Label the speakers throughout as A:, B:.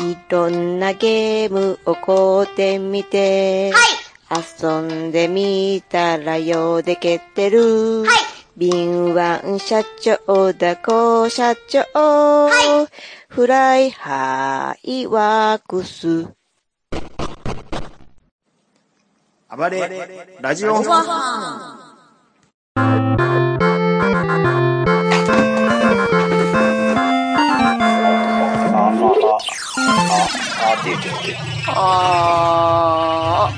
A: いろんなゲームを買うてみて。
B: はい。
A: 遊んでみたらようでけてる。
B: はい。
A: 敏腕社長だこ社長。
B: はい。
A: フライハイワークス。
C: 暴れラジオ
B: おばはん。
C: って言ってる。
B: あ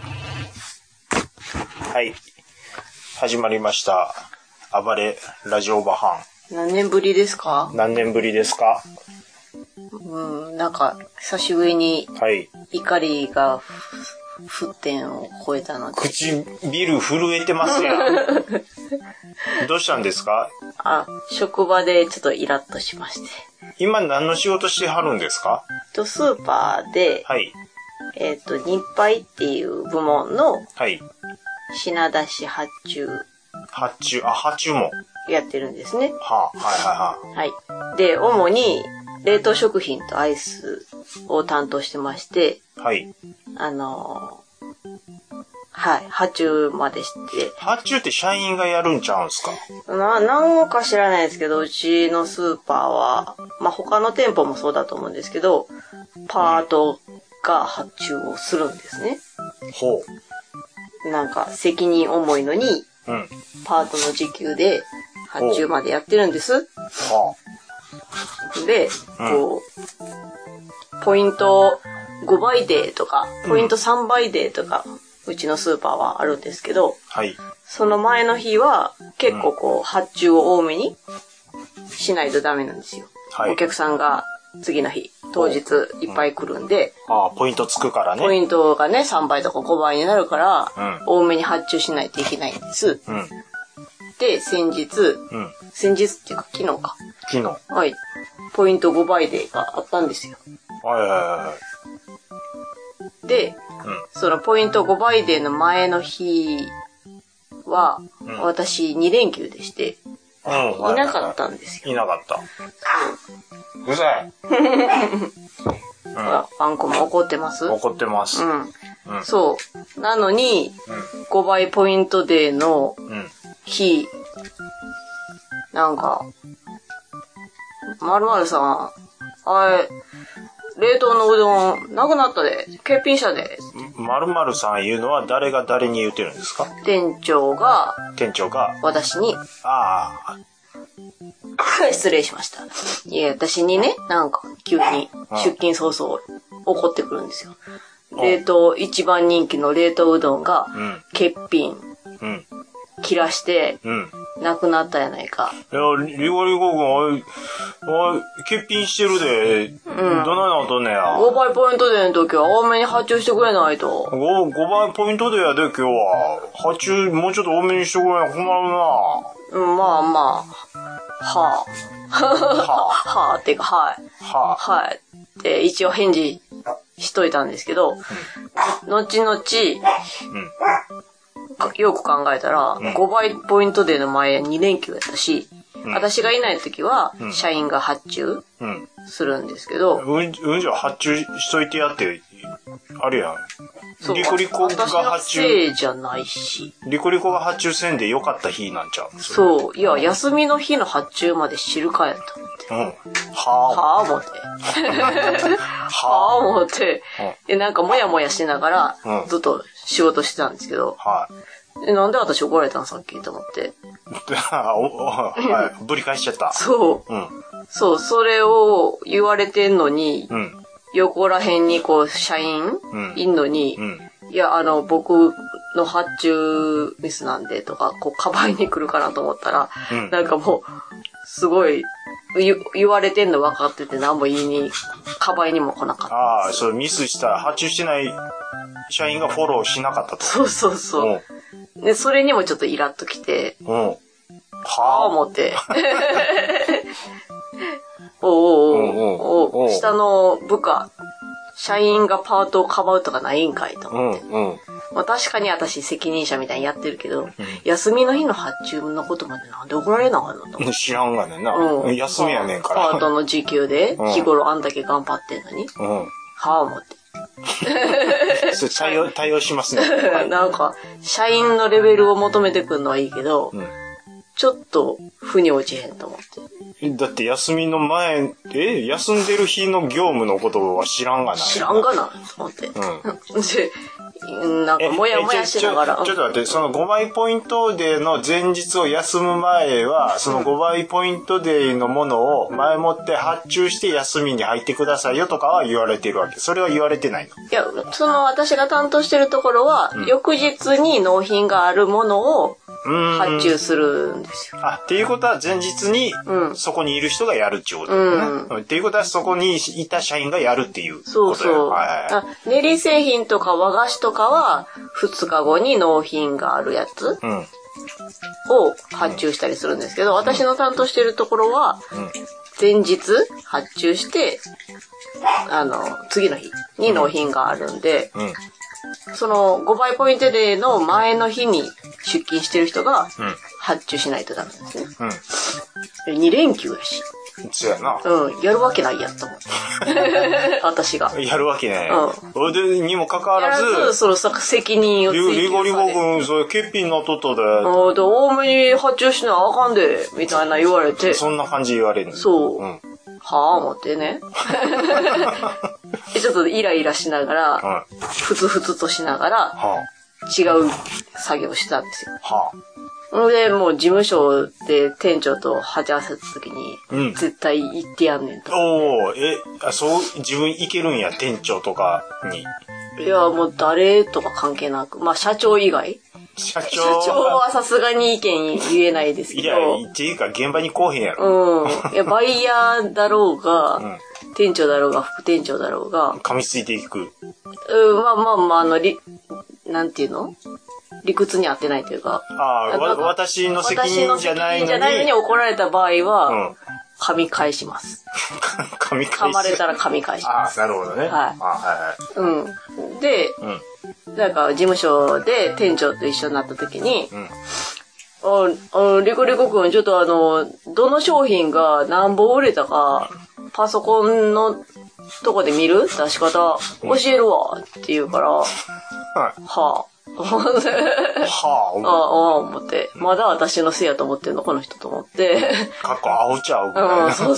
C: はい。始まりました。暴れラジオバハ
B: ー。何年ぶりですか？
C: ン。何年ぶりですか？
B: なんか、久しぶりに、
C: はい。
B: 怒りが、沸点を超えたので。
C: 唇震えてますやん。どうしたんですか？
B: 職場でちょっとイラッとしまして。
C: 今何の仕事してはるんですか？
B: スーパーで、
C: はい。
B: 日配っていう部門の
C: はい。
B: 品出し発注
C: 発注も。
B: やってるんですね。
C: はいは
B: はい。で、主に冷凍食品とアイスを担当してまして、
C: はい。
B: はい、発注までして。
C: 発注って社員がやるんちゃうんすか？
B: なんか知らないですけど、うちのスーパーは、他の店舗もそうだと思うんですけど、パートが発注をするんですね。
C: ほ
B: う。なんか責任重いのに、
C: うん。
B: パートの時給で発注までやってるんです。
C: は
B: で、ポイント5倍デーとか、ポイント3倍デーとか、うちのスーパーはあるんですけど、
C: はい。
B: その前の日は結構発注を多めにしないとダメなんですよ。
C: はい。
B: お客さんが次の日、当日いっぱい来るんで、
C: ポイントつくからね。
B: ポイントがね、3倍とか5倍になるから、
C: うん、
B: 多めに発注しないといけないんです。
C: うん、
B: で、先日っていうか昨日か。
C: 昨日。
B: はい。ポイント5倍デーがあったんですよ。
C: はい。
B: で、そのポイント5倍デーの前の日は、私2連休でして、いなかったんですよ。
C: いなかった。うるさい。
B: あんこも怒ってます？
C: 怒ってます。
B: そう。なのに、5倍ポイントデーの日、なんか、○○さん、冷凍のうどんなくなったで、欠品したで。
C: ○○さん言うのは誰が誰に言ってるんですか？
B: 店長が私に。失礼しました。いや、私にね、なんか急に出勤早々怒ってくるんですよ。一番人気の冷凍うどんが欠品、切らして、なくなったやないか。
C: いや、リゴリゴ君、欠品してるで、どないなことねや。
B: 5倍ポイントデーの時は多めに発注してくれないと。
C: 5倍ポイントデーやで、今日は。発注もうちょっと多めにしてくれない困るな。
B: はぁっていうか、はいって一応返事しといたんですけど、後々、よく考えたら、5倍ポイントデーの前2連休やったし、私がいない時は、社員が発注するんですけど。
C: じゃ発注しといてやって、あれやん。リコリコが発注。
B: 私のせいじゃないし。
C: リコリコが発注せんでよかった日なんちゃう？
B: そう。いや、休みの日の発注まで知るかやと思って。はぁ思って。思って。で、なんかもやもやしながら、ずっと仕事してたんですけど。なんで私怒られたのさっきと思って。
C: ぶり返しちゃった。
B: そう。そう、それを言われてんのに、横ら辺に社員いんのに、いや、僕の発注ミスなんでとか、かばいに来るかなと思ったら、なんかもう、すごい、言われてんの分かってて何もかばいにも来なかった。
C: そう、ミスしたら発注してない社員がフォローしなかったと。
B: そう。で、それにもちょっとイラッときて、思って。下の部下、社員がパートをかばうとかないんかいと思って。 まあ確かに私責任者みたいにやってるけど、休みの日の発注のことまでなんで怒られなあかんのと思って。
C: 知らんがねんな。休みやねんから。
B: パートの時給で、日頃あんだけ頑張ってんのに。はぁ思って。
C: それ対応しますね。
B: なんか、社員のレベルを求めてくんのはいいけど、ちょっと、腑に落ちへんと思って。
C: だって休みの前、休んでる日の業務のことは知らんがな。
B: 知らんがなと思って。なんか、もやもやしながら。
C: ちょっと待って、その5倍ポイントデーの前日を休む前は、その5倍ポイントデーのものを前もって発注して休みに入ってくださいよとかは言われてるわけ。それは言われてないの？
B: いや、その私が担当してるところは、翌日に納品があるものを発注するんですよ。
C: っていうことは前日にそこにいる人がやるっていうことだね。っていうことはそこにいた社員がやるっていうことだよ。
B: そうそう。練り製品とか和菓子とかは2日後に納品があるやつを発注したりするんですけど、私の担当してるところは前日発注して、次の日に納品があるんで、その5倍ポイントデーの前の日に出勤してる人が発注しないとダメなんですね。2連休やし。
C: そうやな。
B: やるわけないやと思って。私が。
C: やるわけない。で、にもかかわらず。
B: やると、その責任を追求され
C: リゴリゴ君、それ、欠品のとっとで。
B: 多めに発注しなあかんで、みたいな言われて。
C: そんな感じ言われるの。
B: そう。はぁ、思ってね。ちょっとイライラしながら、ふつふつとしながら、違う作業をしたんですよ。で、もう事務所で店長と鉢合わせた時に、絶対行ってやんねんと。
C: 自分行けるんや、店長とかに。
B: いや、もう誰とか関係なく、まあ社長以外。社長はさすがに意見言えないですけど。
C: いや、っていうか現場に来おへんやろ。
B: いや、バイヤーだろうが、店長だろうが、副店長だろうが。
C: 噛みついていく。
B: まあ、なんていうの？理屈に合ってないというか。
C: 私の責任じゃないのに
B: 怒られた場合は、噛み返します。噛まれたら噛み返します。
C: なるほどね。
B: で、なんか事務所で店長と一緒になった時に、リコリコ君ちょっとどの商品が何本売れたか、パソコンのとこで見る出し方教えるわって言うから、はぁ。思って、まだ私のせいやと思ってんのこの人と思って。
C: かっこアホちゃう。
B: そう。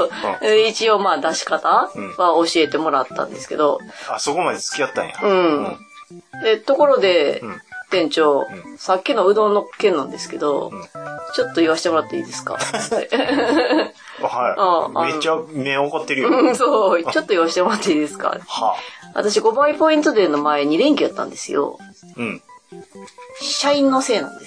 B: 一応まあ出し方は教えてもらったんですけど。
C: そこまで付き合ったんや。
B: ところで、店長、さっきのうどんの件なんですけど、ちょっと言わせてもらっていいですか？
C: めっちゃ目怒ってるよ。
B: そう、ちょっと言わせてもらっていいですか？私5倍ポイントデーの前2連休やったんですよ。社員のせいなんです。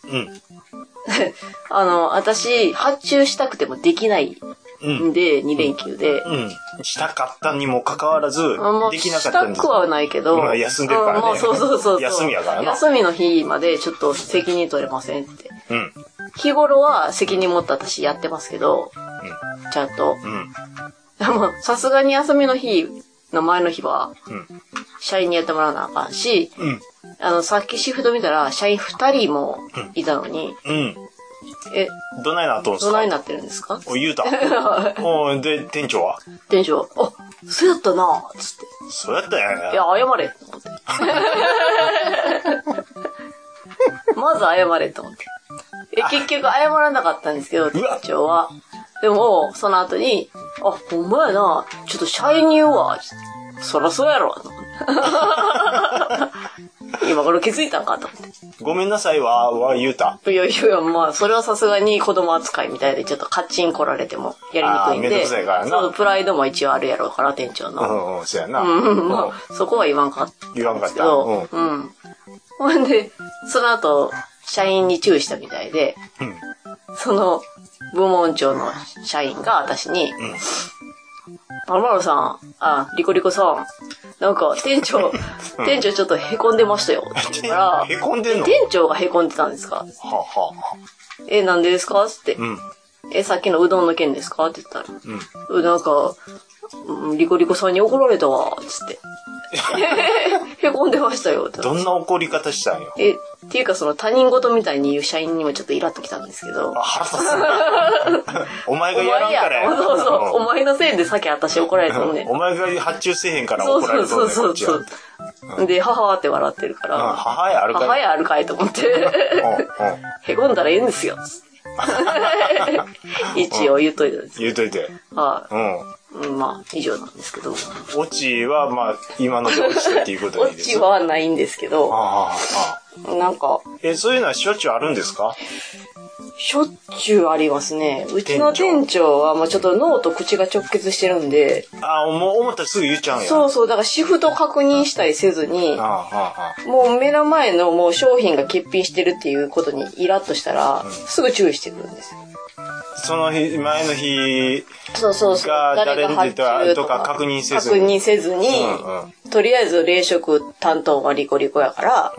B: 私、発注したくてもできないんで、2連休で。
C: したかったにもかかわらず、できなかったんです。
B: したくはないけど。
C: 休んでるからね。
B: そう。
C: 休みやからな。
B: 休みの日までちょっと責任取れませんって。日頃は責任持って私やってますけど、ちゃんと。でも、さすがに休みの日の前の日は、社員にやってもらわなあかんし、さっきシフト見たら、社員2人もいたのに、
C: どないなっとんすか？
B: どないなってるんですか？
C: 言うた。で、店長は？
B: 店長、そうやったなぁ、つって。
C: そうやったやね。
B: いや、謝れ、と思って。まず謝れ、と思って。結局謝らなかったんですけど、店長は。でも、その後に、ほんまやな、ちょっと社員に言うわ、そらそうやろ、と思って。今頃気づいたんかと思って。
C: ごめんなさいは言うた。
B: いや、まあ、それはさすがに子供扱いみたいで、ちょっとカッチン来られてもやりにくいんで。
C: めんどくさいからな。
B: そう、プライドも一応あるやろうから、店長の。
C: そうやな。
B: まあ、そこは言わんかったんですけど。ほんで、その後、社員に注意したみたいで、その、部門長の社員が私に、マロさん、リコリコさん、なんか店長ちょっと凹んでましたよって言うから、
C: 凹んでんの？
B: 店長が凹んでたんですか？なんでですかって、さっきのうどんの件ですかって言ったら、なんか、 リコリコさんに怒られたわ、つって。へこんでましたよ。
C: どんな怒り方したんよ。
B: っていうか他人事みたいに言う社員にもちょっとイラっときたんですけど。
C: 腹立つな。お前がやらんからや。
B: そうそう。お前のせいでさっき私怒られたのね。
C: お前が発注せえへんから怒られたのね。
B: そう。で、母はって笑ってるから。
C: 母やあるかい。
B: 母やあるかいと思って。へこんだらええんですよ。一応言っといたんです。
C: 言っといて。
B: はい。まあ、以上なんですけど。
C: オチは、まあ、今ので落ちたっていうことでいいですか？
B: オチはないんですけど。なんか。
C: そういうのはしょっちゅうあるんですか？
B: しょっちゅうありますね。うちの店長はもうちょっと脳と口が直結してるんで。
C: もう思ったらすぐ言っちゃうんや。
B: そうそう。だからシフト確認したりせずに、もう目の前のもう商品が欠品してるっていうことにイラッとしたら、すぐ注意してくるんですよ。
C: その日、前の日が誰に出たとか確認せずに、
B: とりあえず冷食担当がリコリコやから、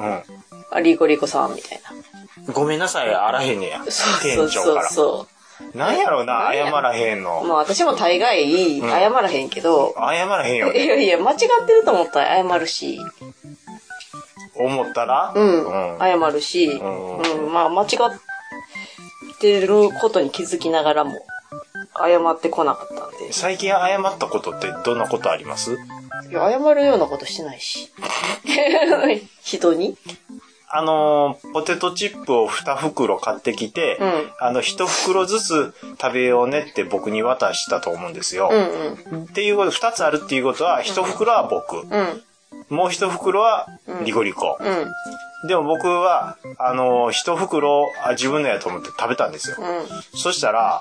B: リコリコさんみたいな。
C: ごめんなさい、あらへんねや。店長から。なんやろうな、謝らへんの。
B: まあ私も大概謝らへんけど。
C: 謝らへんよね。
B: いやいや、間違ってると思ったら謝るし。
C: 思ったら
B: 謝るし。まあ間違ってることに気づきながらも、謝ってこなかったんで。
C: 最近謝ったことってどんなことあります？
B: いや、謝るようなことしてないし。人に
C: ポテトチップを2袋買ってきて、1袋ずつ食べようねって僕に渡したと思うんですよ。っていうこと、2つあるっていうことは、1袋は僕。もう1袋はリコリコ。でも僕は、1袋自分のやと思って食べたんですよ。そしたら、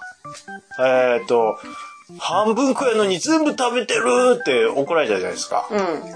C: 半分くらいのに全部食べてるって怒られたじゃないですか。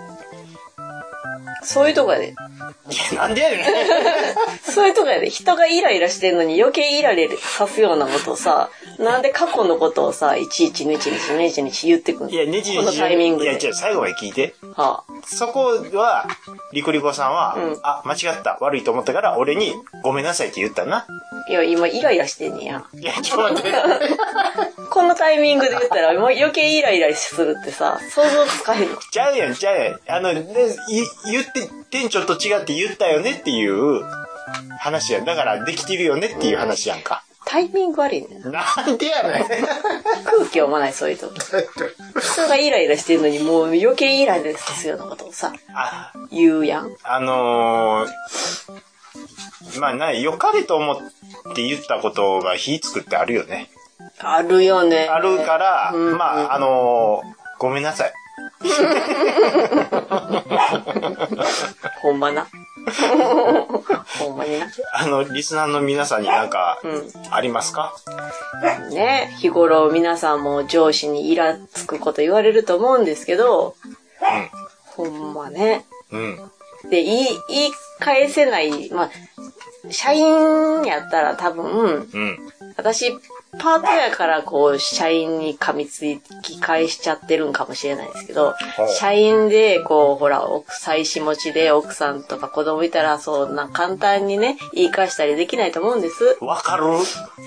B: そういうとこやで。
C: いや、なんでやねん。
B: そういうとこやで。人がイライラしてんのに余計イライラさすようなことをさ、なんで過去のことをさ、いちいちねちねち言ってくんの？いや、ねちねち。このタイミングで。
C: いや、違う、最後まで聞いて。そこは、リコリコさんは、間違った、悪いと思ったから、俺にごめんなさいって言ったな。
B: いや、今イライラしてんねや。
C: いや、ちょっと待って。
B: このタイミングで言ったら、もう余計イライラするってさ、想像つかへんの。
C: ちゃうやん。言って、店長と違って言ったよねっていう話やん。だから、できてるよねっていう話やんか。
B: タイミング悪いね。
C: なんでやねん。
B: 空気読まない、そういうと。人がイライラしてるのに、もう余計イライラさせるようなことをさ、言うやん。
C: まあ、良かれと思って言ったことが火つくってあるよね。
B: あるよね。
C: あるから、まあ、ごめんなさい。
B: ほんまな。ほんまにな。
C: リスナーの皆さんになんか、ありますか？
B: ね、日頃皆さんも上司にイラつくこと言われると思うんですけど、ほんまね。で、言い返せない、まあ、社員やったら多分、私、パートやから社員に噛みつき返しちゃってるんかもしれないですけど、社員でほら、妻子持ちで奥さんとか子供いたらそんな簡単にね、言い返したりできないと思うんです。
C: わかる？
B: わ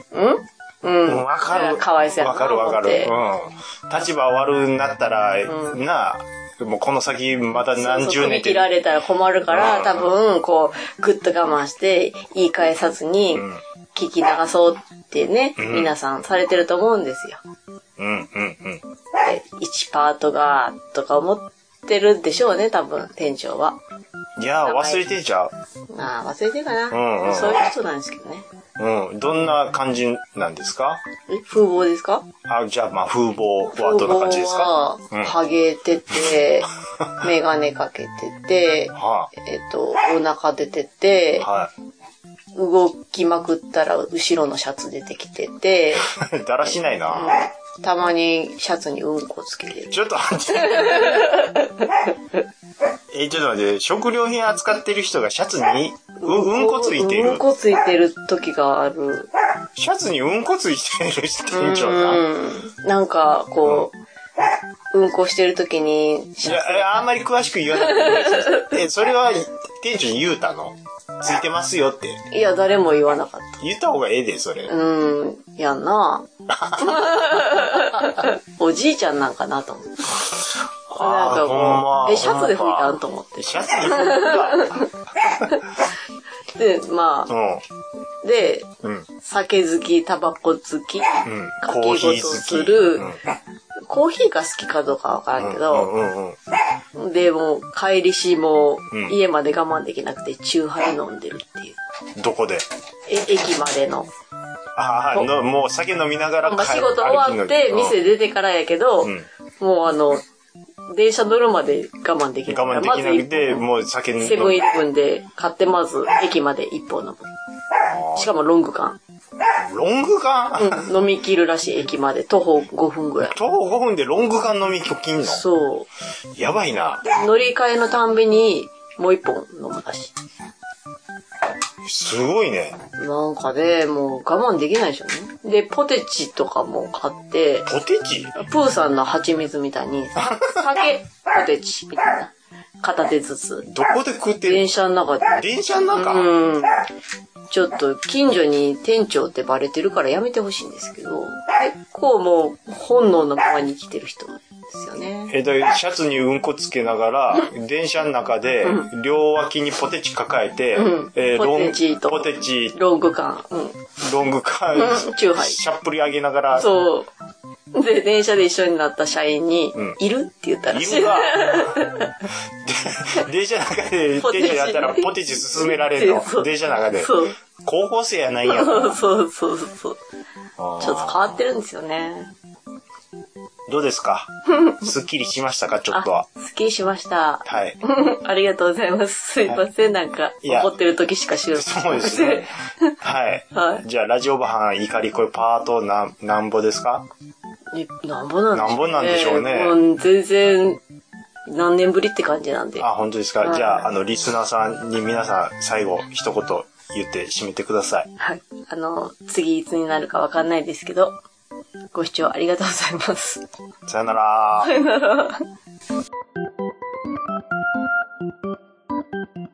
B: かる。かわいそうやな。
C: わかる。立場悪になったら、もうこの先また何十年って。
B: 切られたら困るから、多分、ぐっと我慢して言い返さずに、聞き流そうってね、皆さんされてると思うんですよ。1パートが、とか思ってるでしょうね、多分、店長は。
C: いや、忘れてんちゃう？
B: 忘れてるかな。そういう人なんですけどね。
C: どんな感じなんですか？
B: 風貌ですか？
C: じゃあ、まあ、風貌はどんな感じですか？
B: ハゲてて、メガネかけてて、お腹出てて、動きまくったら後ろのシャツ出てきてて、
C: だらしないな。
B: たまにシャツにうんこつけてる。
C: ちょっと待って。ちょっと待って、食料品扱ってる人がシャツにうんこついてる？
B: うんこついてる時がある。
C: シャツにうんこついてる店長が？
B: なんか、うんこしてる時に。
C: いや、あんまり詳しく言わないで。それは店長に言うたの？ついてますよって。
B: いや、誰も言わなかった。
C: 言った方がええで、それ。
B: やんな。 おじいちゃんなんかなと思って。なんかこう、シャツで拭いたんと思って。
C: シャツで拭い
B: たで、まあ、で、酒好き、タバコ好き、かけ事する、コーヒーが好きかどうかわからんけど、で、もう帰りしも家まで我慢できなくてチューハイ飲んでるっていう。
C: どこで？
B: 駅までの。
C: もう酒飲みながら
B: 仕事終わって店出てからやけど、もう電車乗るまで我慢できないから。
C: 我慢できなくて、もう酒
B: セブンイレブンで買ってまず駅まで一本飲む。しかもロング缶。
C: ロング缶？
B: 飲み切るらしい、駅まで。徒歩5分ぐらい。
C: 徒歩5分でロング缶飲み切んの？
B: そう。
C: やばいな。
B: 乗り換えのたんびにもう一本飲むらしい。
C: すごいね。
B: なんかね、もう我慢できないでしょね。で、ポテチとかも買って。
C: ポテチ？
B: プーさんの蜂蜜みたいに、酒、ポテチみたいな。片手ずつ。
C: どこで食ってる？
B: 電車の中で。
C: 電車の中？
B: ちょっと近所に店長ってバレてるからやめてほしいんですけど、結構もう本能のままに生きてる人ですよね。
C: シャツにうんこつけながら、電車の中で両脇にポテチ抱えて、
B: ポテチ、ロング缶、
C: ロング缶、
B: チューハイ。
C: しゃっぷり上げながら。
B: そう。で、電車で一緒になった社員に、いるって言ったらしい。
C: いるわ。電車の中で、電車やったらポテチ勧められるの。電車の中で。
B: そう。
C: 高校生やないんや。
B: そう。ちょっと変わってるんですよね。
C: どうですか？すっきりしましたか？ちょっとは。
B: すっきりしました。
C: はい。
B: ありがとうございます。すいません、なんか、怒ってる時しか知らない。
C: そうですね。はい。じゃあ、ラジオバハン怒りこれパートなんぼですか？
B: なんぼなんでしょうね。
C: なんぼなんでしょうね。
B: もう全然、何年ぶりって感じなんで。
C: 本当ですか？じゃあ、リスナーさんに皆さん最後一言言って締めてください。
B: はい。次いつになるかわかんないですけど、ご視聴ありがとうございます。
C: さよなら。
B: さよなら。